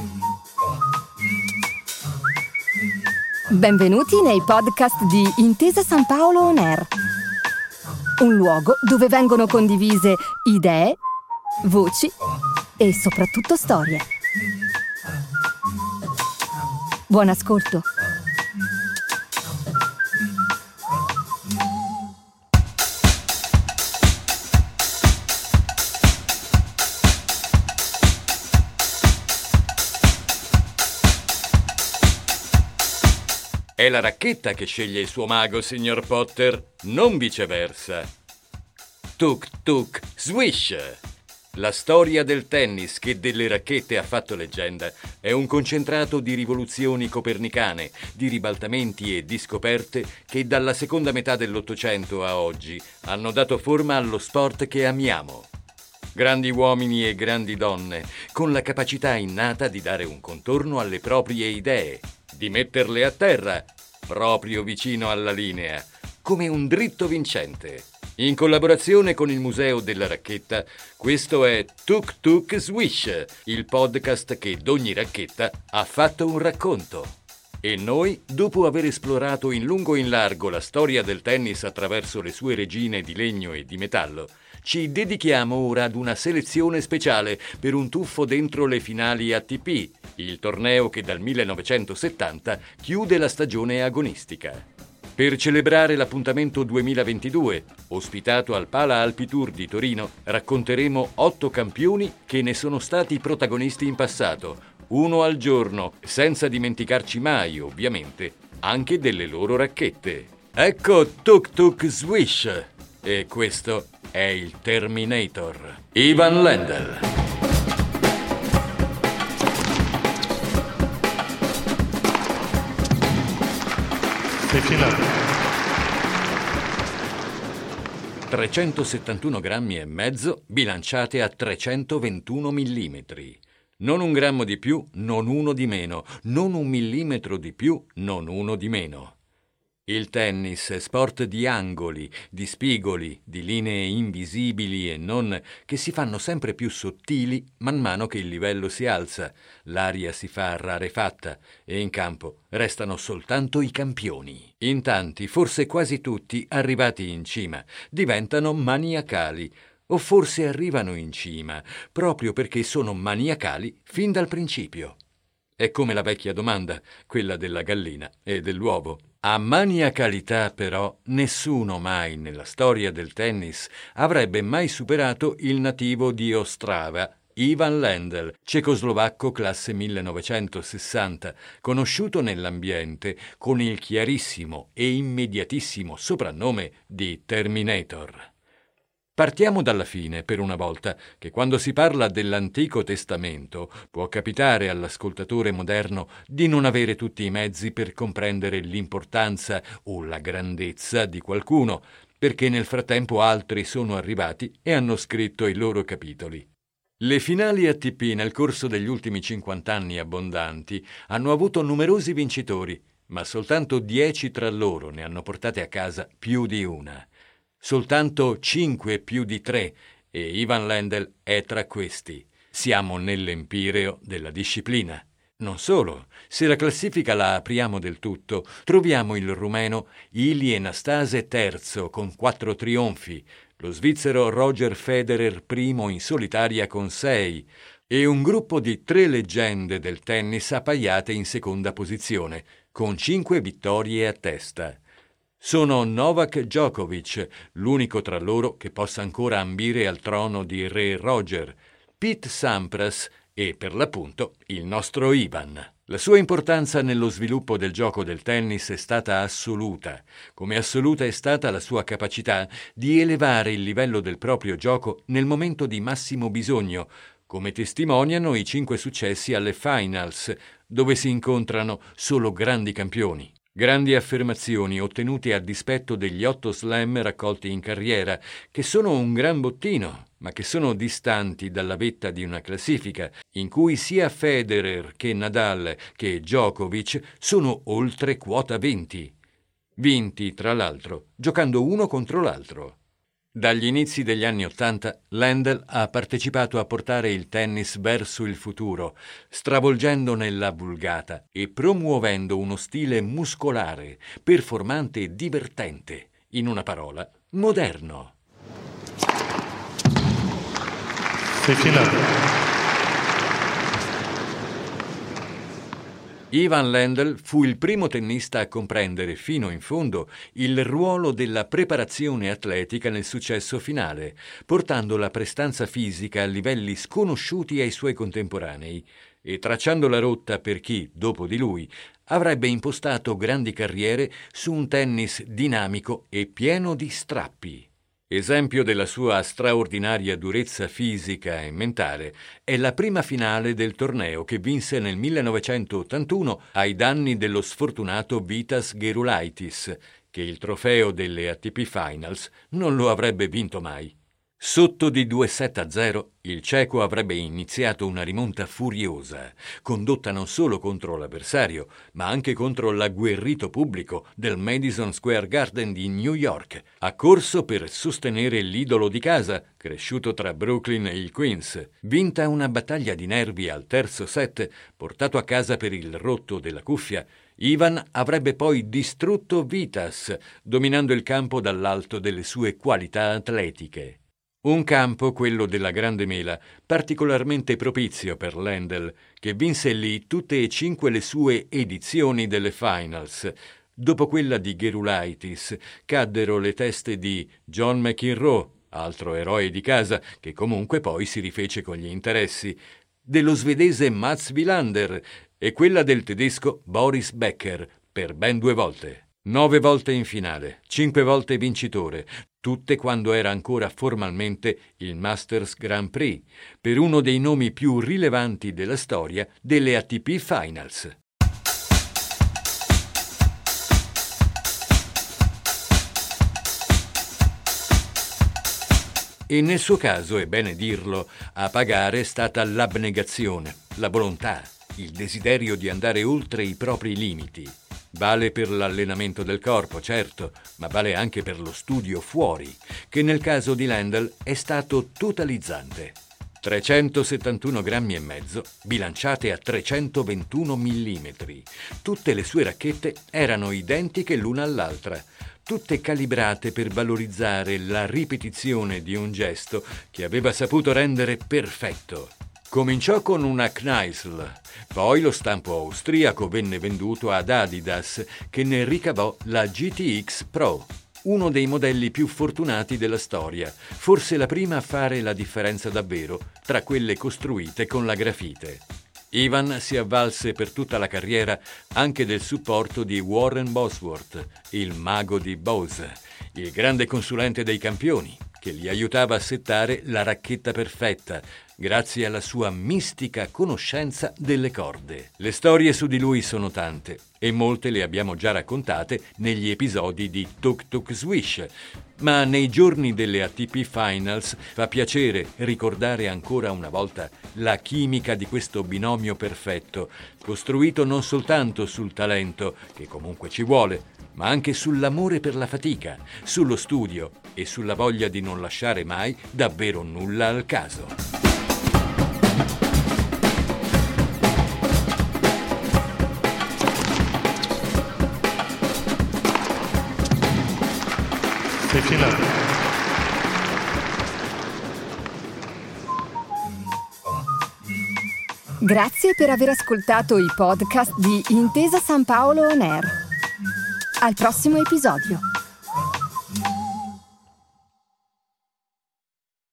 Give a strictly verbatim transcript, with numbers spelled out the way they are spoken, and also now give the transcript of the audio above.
Benvenuti nei podcast di Intesa San Paolo On Air, un luogo dove vengono condivise idee, voci e soprattutto storie. Buon ascolto. È la racchetta che sceglie il suo mago, signor Potter, non viceversa. Tuk tuk swish! La storia del tennis che delle racchette ha fatto leggenda è un concentrato di rivoluzioni copernicane, di ribaltamenti e di scoperte che dalla seconda metà dell'Ottocento a oggi hanno dato forma allo sport che amiamo. Grandi uomini e grandi donne, con la capacità innata di dare un contorno alle proprie idee, di metterle a terra, proprio vicino alla linea, come un dritto vincente. In collaborazione con il Museo della Racchetta, questo è Tuk Tuk Swish, il podcast che d'ogni racchetta ha fatto un racconto. E noi, dopo aver esplorato in lungo e in largo la storia del tennis attraverso le sue regine di legno e di metallo, ci dedichiamo ora ad una selezione speciale per un tuffo dentro le finali A T P, il torneo che dal millenovecentosettanta chiude la stagione agonistica. Per celebrare l'appuntamento duemilaventidue, ospitato al Pala Alpi Tour di Torino, racconteremo otto campioni che ne sono stati protagonisti in passato, uno al giorno, senza dimenticarci mai, ovviamente, anche delle loro racchette. Ecco Tuk Tuk Swish, e questo è il Terminator, Ivan Lendl. trecentosettantuno grammi e mezzo bilanciate a trecentoventuno millimetri. Non un grammo di più, non uno di meno, non un millimetro di più, non uno di meno. Il tennis è sport di angoli, di spigoli, di linee invisibili e non, che si fanno sempre più sottili man mano che il livello si alza, l'aria si fa rarefatta e in campo restano soltanto i campioni. In tanti, forse quasi tutti, arrivati in cima, diventano maniacali, o forse arrivano in cima proprio perché sono maniacali fin dal principio. È come la vecchia domanda, quella della gallina e dell'uovo. A maniacalità, però, nessuno mai nella storia del tennis avrebbe mai superato il nativo di Ostrava, Ivan Lendl, cecoslovacco classe millenovecentosessanta, conosciuto nell'ambiente con il chiarissimo e immediatissimo soprannome di Terminator. Partiamo dalla fine, per una volta, che quando si parla dell'Antico Testamento può capitare all'ascoltatore moderno di non avere tutti i mezzi per comprendere l'importanza o la grandezza di qualcuno, perché nel frattempo altri sono arrivati e hanno scritto i loro capitoli. Le finali A T P nel corso degli ultimi cinquanta anni abbondanti hanno avuto numerosi vincitori, ma soltanto dieci tra loro ne hanno portate a casa più di una. Soltanto cinque più di tre, e Ivan Lendl è tra questi. Siamo nell'empireo della disciplina. Non solo, se la classifica la apriamo del tutto, troviamo il rumeno Ilie Nastase terzo con quattro trionfi, lo svizzero Roger Federer primo in solitaria con sei, e un gruppo di tre leggende del tennis appaiate in seconda posizione, con cinque vittorie a testa. Sono Novak Djokovic, l'unico tra loro che possa ancora ambire al trono di Re Roger, Pete Sampras e, per l'appunto, il nostro Ivan. La sua importanza nello sviluppo del gioco del tennis è stata assoluta, come assoluta è stata la sua capacità di elevare il livello del proprio gioco nel momento di massimo bisogno, come testimoniano i cinque successi alle finals, dove si incontrano solo grandi campioni. Grandi affermazioni ottenute a dispetto degli otto slam raccolti in carriera, che sono un gran bottino, ma che sono distanti dalla vetta di una classifica, in cui sia Federer che Nadal che Djokovic sono oltre quota venti. Vinti, tra l'altro, giocando uno contro l'altro. Dagli inizi degli anni Ottanta, Lendl ha partecipato a portare il tennis verso il futuro, stravolgendone la vulgata e promuovendo uno stile muscolare, performante e divertente. In una parola, moderno. Ivan Lendl fu il primo tennista a comprendere fino in fondo il ruolo della preparazione atletica nel successo finale, portando la prestanza fisica a livelli sconosciuti ai suoi contemporanei e tracciando la rotta per chi, dopo di lui, avrebbe impostato grandi carriere su un tennis dinamico e pieno di strappi. Esempio della sua straordinaria durezza fisica e mentale è la prima finale del torneo che vinse nel millenovecentottantuno ai danni dello sfortunato Vitas Gerulaitis, che il trofeo delle A T P Finals non lo avrebbe vinto mai. Sotto di due sette a zero, il ceco avrebbe iniziato una rimonta furiosa, condotta non solo contro l'avversario, ma anche contro l'agguerrito pubblico del Madison Square Garden di New York, accorso per sostenere l'idolo di casa, cresciuto tra Brooklyn e il Queens. Vinta una battaglia di nervi al terzo set, portato a casa per il rotto della cuffia, Ivan avrebbe poi distrutto Vitas, dominando il campo dall'alto delle sue qualità atletiche. Un campo, quello della Grande Mela, particolarmente propizio per Lendl, che vinse lì tutte e cinque le sue edizioni delle Finals. Dopo quella di Gerulaitis, caddero le teste di John McEnroe, altro eroe di casa, che comunque poi si rifece con gli interessi, dello svedese Mats Wilander e quella del tedesco Boris Becker, per ben due volte. Nove volte in finale, cinque volte vincitore, tutte quando era ancora formalmente il Masters Grand Prix, per uno dei nomi più rilevanti della storia delle A T P Finals. E nel suo caso, è bene dirlo, a pagare è stata l'abnegazione, la volontà, il desiderio di andare oltre i propri limiti. Vale per l'allenamento del corpo, certo, ma vale anche per lo studio fuori, che nel caso di Lendl è stato totalizzante. trecentosettantuno grammi e mezzo, bilanciate a trecentoventuno millimetri. Tutte le sue racchette erano identiche l'una all'altra, tutte calibrate per valorizzare la ripetizione di un gesto che aveva saputo rendere perfetto. Cominciò con una Kneisl, poi lo stampo austriaco venne venduto ad Adidas, che ne ricavò la G T X Pro, uno dei modelli più fortunati della storia, forse la prima a fare la differenza davvero tra quelle costruite con la grafite. Ivan si avvalse per tutta la carriera anche del supporto di Warren Bosworth, il mago di Bose, il grande consulente dei campioni, che gli aiutava a settare la racchetta perfetta, grazie alla sua mistica conoscenza delle corde. Le storie su di lui sono tante e molte le abbiamo già raccontate negli episodi di Tuk Tuk Swish, ma nei giorni delle A T P Finals fa piacere ricordare ancora una volta la chimica di questo binomio perfetto, costruito non soltanto sul talento, che comunque ci vuole, ma anche sull'amore per la fatica, sullo studio e sulla voglia di non lasciare mai davvero nulla al caso. Grazie per aver ascoltato i podcast di Intesa San Paolo On Air. Al prossimo episodio.